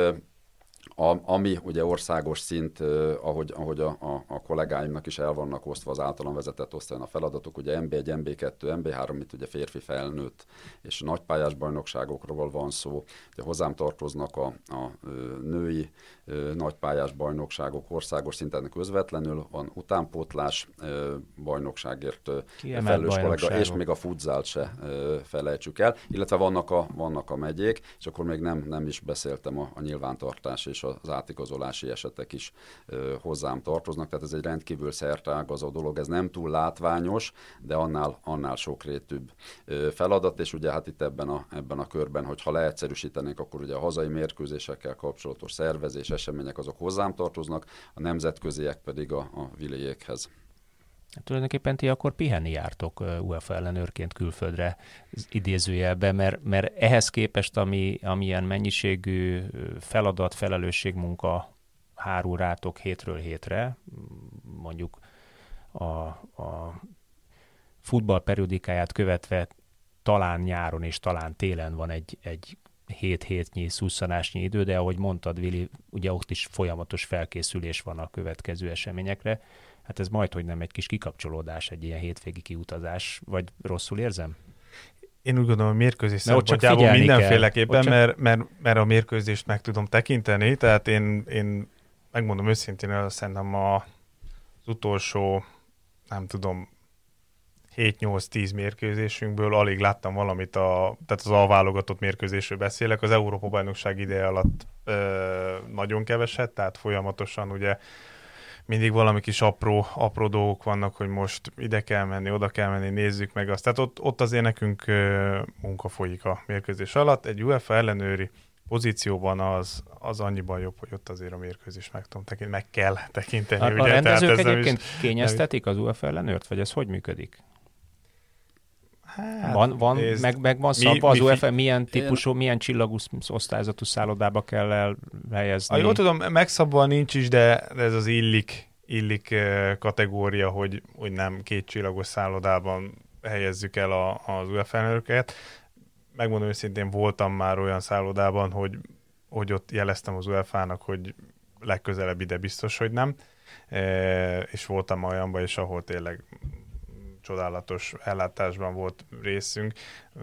Ami ugye országos szint, ahogy a kollégáimnak is el vannak osztva az általam vezetett osztályon a feladatok, ugye MB1, MB2, MB3, itt ugye férfi felnőtt és nagypályás bajnokságokról van szó, de hozzám tartoznak a női nagypályás bajnokságok országos szinten közvetlenül, van utánpótlás bajnokságért felelős kollega, és még a futzált se felejtsük el, illetve vannak a megyék, és akkor még nem is beszéltem a nyilvántartás és az átigazolási esetek is hozzám tartoznak, tehát ez egy rendkívül szerteágazó dolog, ez nem túl látványos, de annál sokrétűbb feladat, és ugye hát itt ebben a körben, hogyha leegyszerűsítenénk, akkor ugye a hazai mérkőzésekkel kapcsolatos szervezés, események azok hozzám tartoznak, a nemzetköziek pedig a viléjékhez. Tulajdonképpen ti akkor pihenni jártok UEFA ellenőrként külföldre idézőjelbe, mert ehhez képest, amilyen mennyiségű feladat, felelősségmunka hárul rátok hétről hétre, mondjuk a futball periodikáját követve talán nyáron és talán télen van egy 7 hétnyi szusszanásnyi idő, de ahogy mondtad, Vili, ugye ott is folyamatos felkészülés van a következő eseményekre. Hát ez majdhogy nem egy kis kikapcsolódás, egy ilyen hétvégi kiutazás, vagy rosszul érzem? Én úgy gondolom, a mérkőzés szempontjából mindenféleképpen, mert a mérkőzést meg tudom tekinteni, tehát én megmondom őszintén, szerintem az utolsó, nem tudom, 7-8-10 mérkőzésünkből alig láttam valamit, tehát az A-válogatott mérkőzésről beszélek, az Európa-bajnokság ideje alatt nagyon keveset, tehát folyamatosan ugye mindig valami kis apró dolgok vannak, hogy most ide kell menni, oda kell menni, nézzük meg azt. Tehát ott azért nekünk munka folyik a mérkőzés alatt. Egy UEFA ellenőri pozícióban az annyiban jobb, hogy ott azért a mérkőzés meg kell tekinteni. A rendezők egyébként kényeztetik az UEFA ellenőrt, vagy ez hogy működik? Hát, meg van szabva az UEFA, milyen típusú, milyen csillagú osztályzatú szállodába kell elhelyezni? Jól tudom, megszabva nincs is, de ez az illik kategória, hogy nem 2 csillagos szállodában helyezzük el az UEFA ellenőröket. Megmondom őszintén, voltam már olyan szállodában, hogy ott jeleztem az UEFA-nak, hogy legközelebb ide biztos, hogy nem. És voltam olyanban is, ahol tényleg csodálatos ellátásban volt részünk,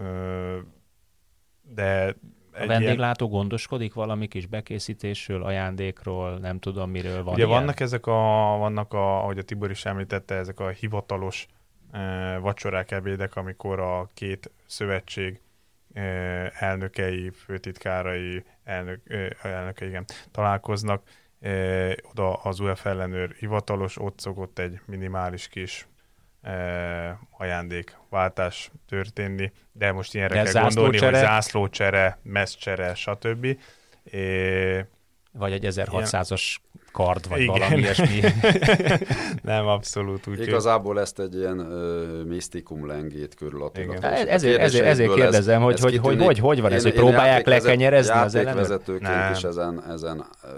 de a vendéglátó gondoskodik valami kis bekészítésről, ajándékról, nem tudom miről van. Ugye vannak ahogy a Tibor is említette, ezek a hivatalos vacsorák, ebédek, amikor a 2 szövetség elnökei, főtitkárai, elnökei találkoznak. Oda az UEFA ellenőr hivatalos, ott szokott egy minimális kis ajándékváltás történni, de most ilyenre kell gondolni, hogy zászlócsere, messzcsere, stb. Vagy egy 1600-as kard, vagy valami ilyesmi. Nem, abszolút úgy. Igazából ezt egy ilyen misztikum lengét körül. Ezért kérdezem, hogy van ez, hogy próbálják lekenyerezni az ellenőrt? Játékvezetőként is ezen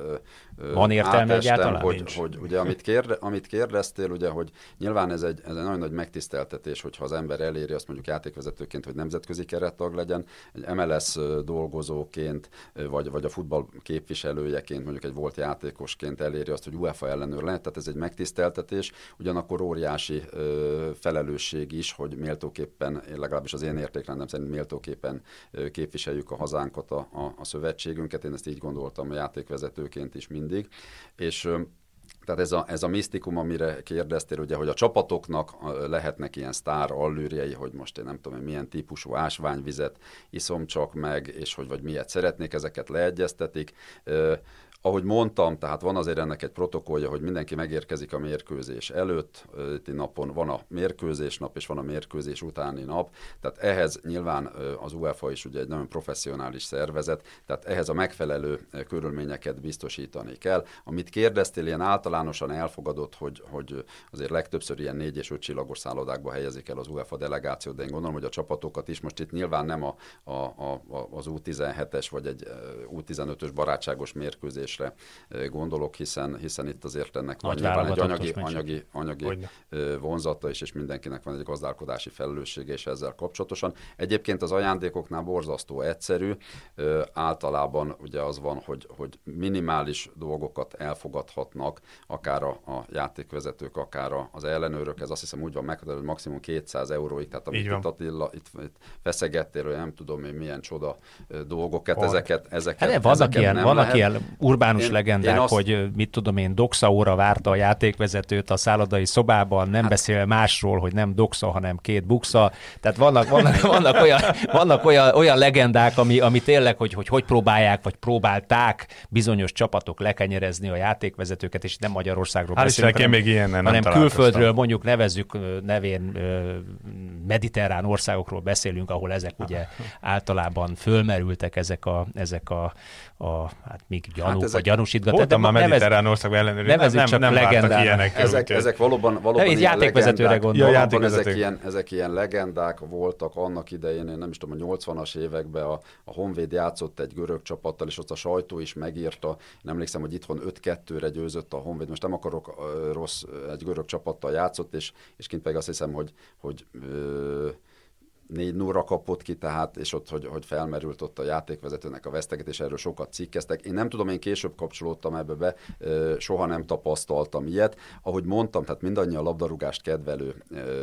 Van értelme egyáltalán? Hogy ugye amit kérdeztél, ugye, hogy nyilván ez egy nagyon nagy megtiszteltetés, hogyha az ember eléri azt mondjuk játékvezetőként, hogy nemzetközi kerettag legyen, egy MLS dolgozóként, vagy a futball képviselőjeként, mondjuk egy volt játékosként eléri azt, hogy UEFA ellenőr lehet, tehát ez egy megtiszteltetés, ugyanakkor óriási felelősség is, hogy méltóképpen, legalábbis az én értékrendem szerint méltóképpen képviseljük a hazánkat, a szövetségünket, én ezt így gondoltam a játékvezetőként is mindig, és tehát ez a misztikum, amire kérdeztél, ugye, hogy a csapatoknak lehetnek ilyen sztár allűrjei, hogy most én nem tudom, milyen típusú ásványvizet iszom csak meg, és hogy vagy miért szeretnék, ezeket leegyeztetik. Ahogy mondtam, tehát van azért ennek egy protokollja, hogy mindenki megérkezik a mérkőzés előtt, napon van a mérkőzés nap, és van a mérkőzés utáni nap, tehát ehhez nyilván az UEFA is ugye egy nagyon professzionális szervezet, tehát ehhez a megfelelő körülményeket biztosítani kell. Amit kérdeztél, ilyen általánosan elfogadott, hogy azért legtöbbször ilyen 4 és 5 csillagos szállodákba helyezik el az UEFA delegációt, de én gondolom, hogy a csapatokat is most itt nyilván nem az U17-es vagy egy U15-ös barátságos mérkőzés gondolok, hiszen itt azért ennek van nyilván egy anyagi vonzata is, és mindenkinek van egy gazdálkodási felelőssége is ezzel kapcsolatosan. Egyébként az ajándékoknál borzasztó egyszerű, általában ugye az van, hogy minimális dolgokat elfogadhatnak, akár a játékvezetők, akár az ellenőrök, ez azt hiszem úgy van meghatározva, hogy maximum 200 euróig, tehát amit itt Attila itt feszegettél, hogy nem tudom én milyen csoda dolgokat, ezeket vannak ilyen urbánus legendák, hogy mit tudom én, Doxa óra várta a játékvezetőt a szállodai szobában, nem beszél másról, hogy nem Doxa, hanem 2 buksa. Tehát vannak olyan legendák, ami tényleg, hogy próbálják, vagy próbálták bizonyos csapatok lekenyerezni a játékvezetőket, és nem Magyarországról beszélünk, hanem külföldről, mondjuk nevezzük nevén mediterrán országokról beszélünk, ahol ezek ugye általában fölmerültek ezek a még gyanúk, vagy gyanúsítgatás. Voltam már mediterrán országban ellenőrizni, nem vártak ilyenek. Ezek valóban ilyen játékvezetőre gondolom. Ezek ilyen legendák voltak annak idején, én nem is tudom, a 80-as években a Honvéd játszott egy görög csapattal, és ott a sajtó is megírta. Én emlékszem, hogy itthon 5-2-re győzött a Honvéd. Most nem akarok rossz, egy görög csapattal játszott, és kint pedig azt hiszem, hogy 4-0-ra kapott ki, tehát, és ott, hogy felmerült ott a játékvezetőnek a vesztegetés, erről sokat cikkeztek. Én nem tudom, én később kapcsolódtam ebbe be, soha nem tapasztaltam ilyet. Ahogy mondtam, tehát mindannyian labdarúgást kedvelő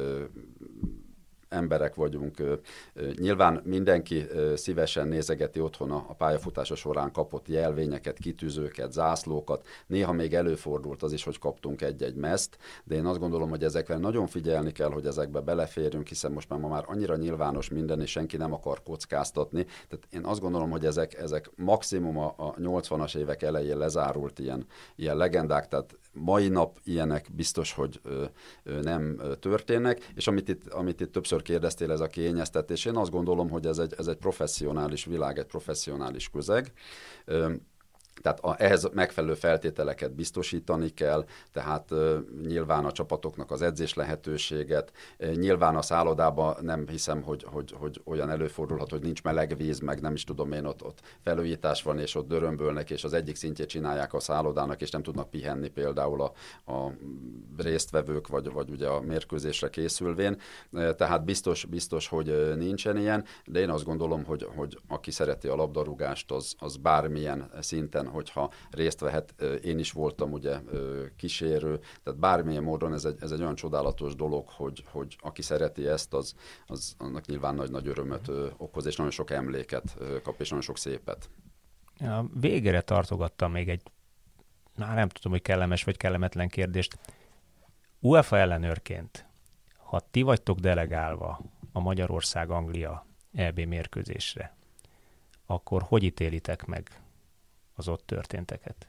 emberek vagyunk. Nyilván mindenki szívesen nézegeti otthon a pályafutása során kapott jelvényeket, kitűzőket, zászlókat. Néha még előfordult az is, hogy kaptunk egy-egy mezt, de én azt gondolom, hogy ezekre nagyon figyelni kell, hogy ezekbe beleférjünk, hiszen most már annyira nyilvános minden, és senki nem akar kockáztatni. Tehát én azt gondolom, hogy ezek maximum a 80-as évek elején lezárult ilyen legendák, tehát mai nap ilyenek biztos, hogy nem történnek, és amit itt többször kérdeztél, ez a kényeztetés, én azt gondolom, hogy ez egy professzionális világ, egy professzionális közeg. Tehát ehhez megfelelő feltételeket biztosítani kell, tehát nyilván a csapatoknak az edzés lehetőséget, nyilván a szállodában nem hiszem, hogy olyan előfordulhat, hogy nincs meleg víz, meg nem is tudom én, ott felújítás van, és ott dörömbölnek, és az egyik szintjét csinálják a szállodának, és nem tudnak pihenni például a résztvevők, vagy ugye a mérkőzésre készülvén. Tehát biztos, hogy nincsen ilyen, de én azt gondolom, hogy aki szereti a labdarúgást, az bármilyen szinten, hogyha részt vehet, én is voltam ugye kísérő, tehát bármilyen módon ez egy olyan csodálatos dolog, hogy aki szereti ezt, az annak nyilván nagy örömöt okoz, és nagyon sok emléket kap, és nagyon sok szépet. A végére tartogattam még egy, nem tudom, hogy kellemes vagy kellemetlen kérdést. UEFA ellenőrként, ha ti vagytok delegálva a Magyarország-Anglia EB mérkőzésre, akkor hogy ítélitek meg az ott történteket?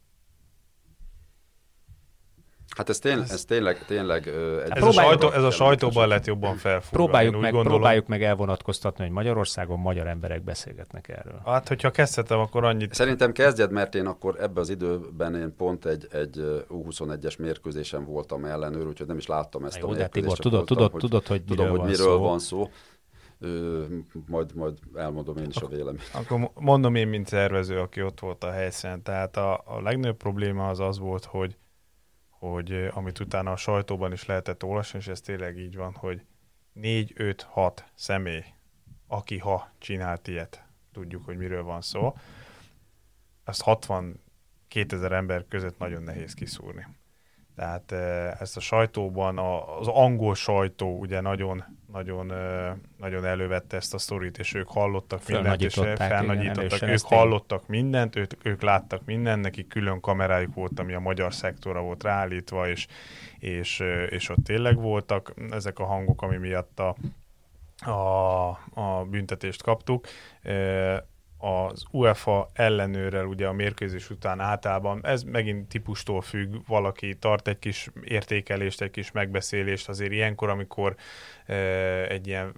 Hát ez tényleg ez a sajtóban lett jobban felfogva. Próbáljuk meg elvonatkoztatni, hogy Magyarországon magyar emberek beszélgetnek erről. Hát, hogyha kezdhetem, akkor annyit... Szerintem kezdjed, mert én akkor ebben az időben én pont egy U21-es mérkőzésen voltam ellenőr, úgyhogy nem is láttam ezt a mérkőzést. Tibor, tudod, hogy miről van szó. majd elmondom én is a véleményt. Akkor mondom én, mint szervező, aki ott volt a helyszínen. Tehát a legnagyobb probléma az volt, hogy amit utána a sajtóban is lehetett olvasni, és ez tényleg így van, hogy 4-5-6 személy, aki csinált ilyet, tudjuk, hogy miről van szó, azt 62 000 ember között nagyon nehéz kiszúrni. Tehát ezt a sajtóban, az angol sajtó ugye nagyon elővette ezt a sztorit, és ők hallottak mindent, és felnagyították, ők hallottak mindent, ők láttak mindent, nekik külön kamerájuk volt, ami a magyar szektorra volt ráállítva, és ott tényleg voltak ezek a hangok, ami miatt a büntetést kaptuk. Az UEFA ellenőrrel ugye a mérkőzés után általában, ez megint típustól függ, valaki tart egy kis értékelést, egy kis megbeszélést, azért ilyenkor, amikor egy ilyen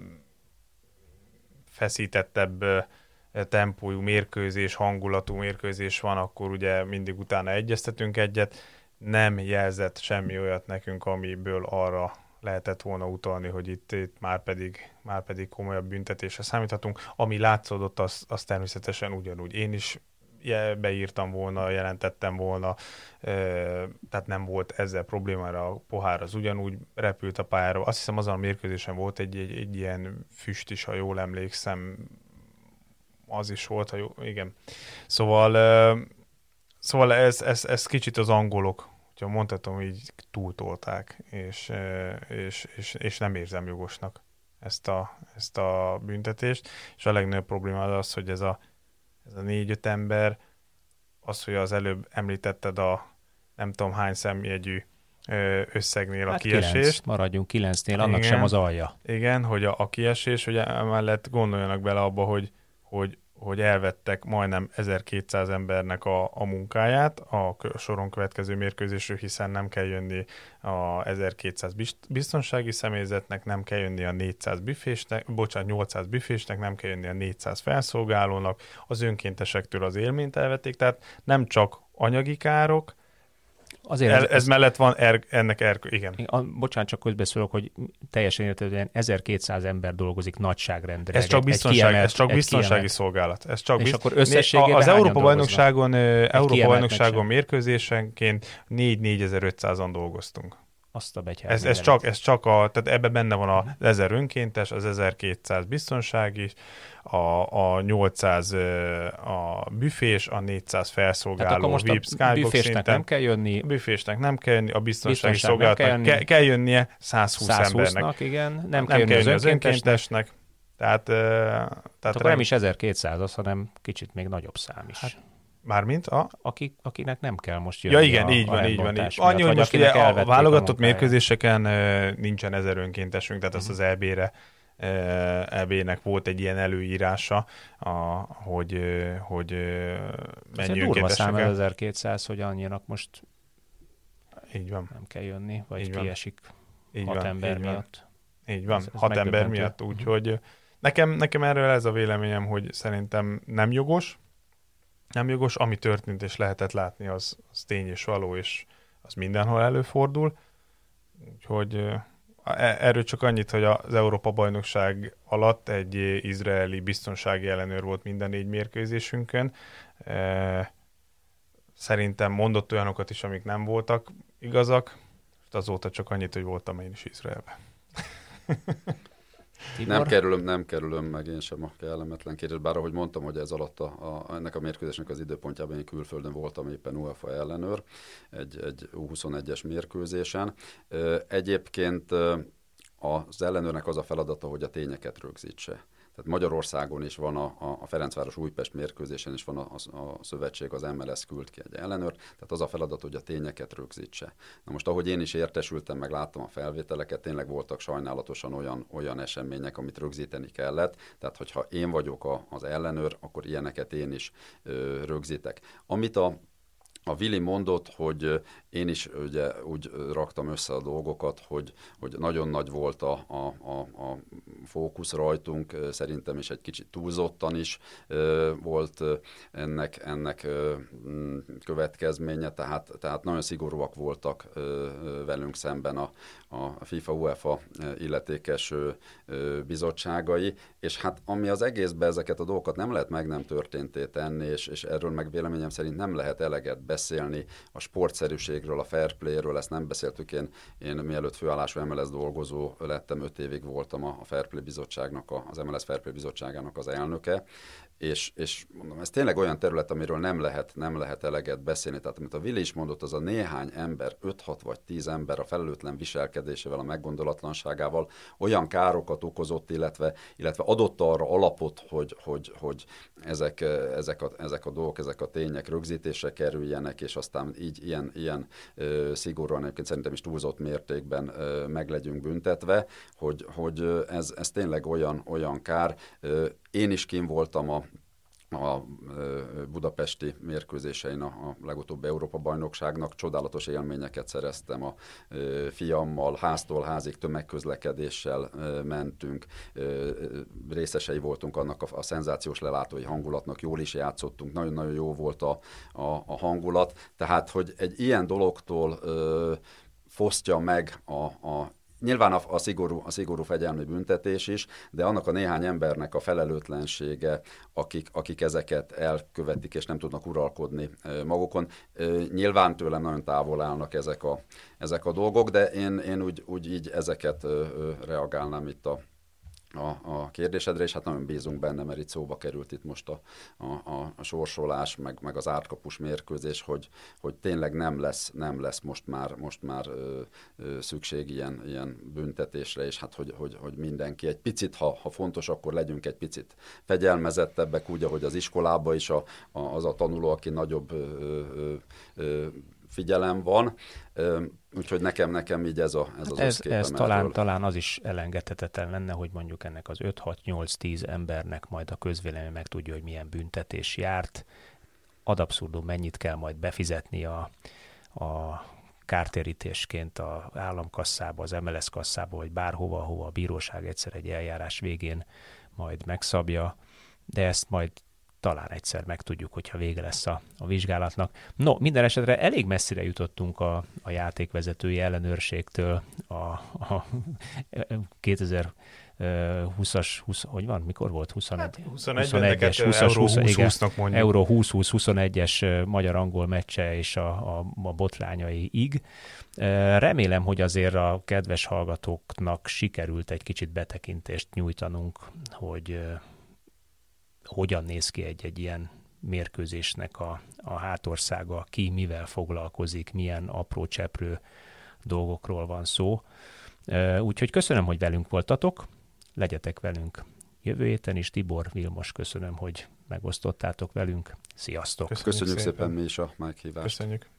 feszítettebb tempójú mérkőzés, hangulatú mérkőzés van, akkor ugye mindig utána egyeztetünk egyet. Nem jelzett semmi olyat nekünk, amiből arra lehetett volna utalni, hogy itt már pedig komolyabb büntetésre számíthatunk. Ami látszódott, az természetesen ugyanúgy. Én is beírtam volna, jelentettem volna, tehát nem volt ezzel problémára, a pohár az ugyanúgy repült a pályára. Azt hiszem azon a mérkőzésen volt egy ilyen füst is, ha jól emlékszem, az is volt, ha jó, igen. Szóval ez kicsit az angolok, hogyha mondhatom, így túltolták, és nem érzem jogosnak ezt a büntetést, és a legnagyobb probléma az, hogy ez a 4-5 ember, az, hogy az előbb említetted a nem tudom hány szemjegyű összegnél a kiesést. 9, maradjunk 9-nél, annak igen, sem az alja. Igen, hogy a kiesés, hogy emellett gondoljanak bele abba, hogy elvettek majdnem 1200 embernek a munkáját a soron következő mérkőzésről, hiszen nem kell jönni a 1200 biztonsági személyzetnek, nem kell jönni a 800 büfésnek, nem kell jönni a 400 felszolgálónak, az önkéntesektől az élményt elvették, tehát nem csak anyagi károk, azért ez mellett van igen. Bocsánat, csak közbeszólok, hogy teljesen értetően 1200 ember dolgozik nagyságrendileg. Ez csak biztonsági szolgálat. Ez csak és akkor összességében az Európa-bajnokságon mérkőzésenként 4-4500-an dolgoztunk. Azt a begyház. Ez csak tehát ebben benne van az 1000 önkéntes, az 1200 biztonsági, a 800 a büfés, a 400 felszolgáló, most VIP, Skybox szinten. Nem kell jönni. Büfésnek nem kell jönni, a biztonsági szolgálatnak kell jönnie 120 embernek. Igen, nem kell jönni az önkéntesnek. Tehát akkor nem is 1200, hanem kicsit még nagyobb szám is. Hát, mármint akinek nem kell most jönni. Ja igen, így van. Annyi, hogy most ugye a válogatott mérkőzéseken nincsen 1000 önkéntesünk, tehát azt az EB-nek volt egy ilyen előírása, hogy mennyi durva szám 1200, hogy annyinak most így van. Nem kell jönni, vagy így kiesik 6 ember miatt. Így van, 6 ember miatt, úgyhogy nekem erről ez a véleményem, hogy szerintem nem jogos, ami történt és lehetett látni, az tény és való, és az mindenhol előfordul. Úgyhogy erről csak annyit, hogy az Európa-bajnokság alatt egy izraeli biztonsági ellenőr volt minden 4 mérkőzésünkön. Szerintem mondott olyanokat is, amik nem voltak igazak. Azóta csak annyit, hogy voltam én is Izraelben. Nem kerülöm meg én sem a kellemetlen kérdés, bár ahogy mondtam, hogy ez alatt ennek a mérkőzésnek az időpontjában én külföldön voltam éppen UEFA ellenőr, egy U21-es mérkőzésen. Egyébként az ellenőrnek az a feladata, hogy a tényeket rögzítse. Tehát Magyarországon is van a Ferencváros Újpest mérkőzésen is van a szövetség, az MLS küld ki egy ellenőrt, tehát az a feladat, hogy a tényeket rögzítse. Na most, ahogy én is értesültem, meg láttam a felvételeket, tényleg voltak sajnálatosan olyan események, amit rögzíteni kellett, tehát hogyha én vagyok az ellenőr, akkor ilyeneket én is rögzítek. Amit A Vili mondott, hogy én is ugye úgy raktam össze a dolgokat, hogy nagyon nagy volt a fókusz rajtunk, szerintem is egy kicsit túlzottan is volt ennek következménye, tehát nagyon szigorúak voltak velünk szemben a FIFA UEFA illetékes bizottságai, és hát ami az egészben ezeket a dolgokat nem lehet meg nem történté tenni, és erről meg véleményem szerint nem lehet eleget beszélni, a sportszerűségről, a fair play-ről, ezt nem beszéltük, én mielőtt főállású MLS dolgozó lettem, 5 évig voltam a Fair Play bizottságnak, az MLS Fair Play bizottságának az elnöke, és mondom, ez tényleg olyan terület, amiről nem lehet eleget beszélni. Tehát amit a Vili is mondott, az a néhány ember, 5-6 vagy 10 ember a felelőtlen viselkedésével, a meggondolatlanságával olyan károkat okozott, illetve adott arra alapot, hogy ezek a dolgok, ezek a tények rögzítésre kerüljenek, és aztán így ilyen szigorúan, egyébként szerintem is túlzott mértékben meg legyünk büntetve, hogy ez tényleg olyan kár. Én is kín voltam a budapesti mérkőzésein a legutóbbi Európa-bajnokságnak, csodálatos élményeket szereztem a fiammal, háztól házig tömegközlekedéssel mentünk, részesei voltunk annak a szenzációs lelátói hangulatnak, jól is játszottunk, nagyon-nagyon jó volt a hangulat, tehát hogy egy ilyen dologtól fosztja meg nyilván a szigorú fegyelmi büntetés is, de annak a néhány embernek a felelőtlensége, akik ezeket elkövetik és nem tudnak uralkodni magukon. Nyilván tőlem nagyon távol állnak ezek a dolgok, de én úgy így ezeket reagálnám itt a kérdésedre, és hát nagyon bízunk benne, mert itt szóba került itt most a sorsolás, meg az átkapus mérkőzés, hogy tényleg nem lesz most már szükség ilyen büntetésre, és hát hogy mindenki egy picit, ha fontos, akkor legyünk egy picit fegyelmezettebbek, úgy, ahogy az iskolában is az a tanuló, aki nagyobb figyelem van, úgyhogy nekem így ez az összképem. Ez talán az is elengedhetetlen lenne, hogy mondjuk ennek az 5-6-8-10 embernek majd a közvélemény meg tudja, hogy milyen büntetés járt. Ad abszurdum, mennyit kell majd befizetni a kártérítésként az államkasszába, az MLS kasszába, vagy bárhova, ahova a bíróság egyszer egy eljárás végén majd megszabja, de ezt majd talán egyszer megtudjuk, hogyha vége lesz a vizsgálatnak. No, minden esetre elég messzire jutottunk a játékvezetői ellenőrségtől a 2020-as, hogy van? Mikor volt? 21-es, Euró 20-20-nak mondjuk. Euró 20-21-es magyar-angol meccse és a botrányaiig. Remélem, hogy azért a kedves hallgatóknak sikerült egy kicsit betekintést nyújtanunk, hogy hogyan néz ki egy ilyen mérkőzésnek a hátországa, ki mivel foglalkozik, milyen apró cseprő dolgokról van szó. Úgyhogy köszönöm, hogy velünk voltatok, legyetek velünk jövő héten is. Tibor, Vilmos, köszönöm, hogy megosztottátok velünk. Sziasztok! Köszönjük szépen mi is a meghívást. Köszönjük!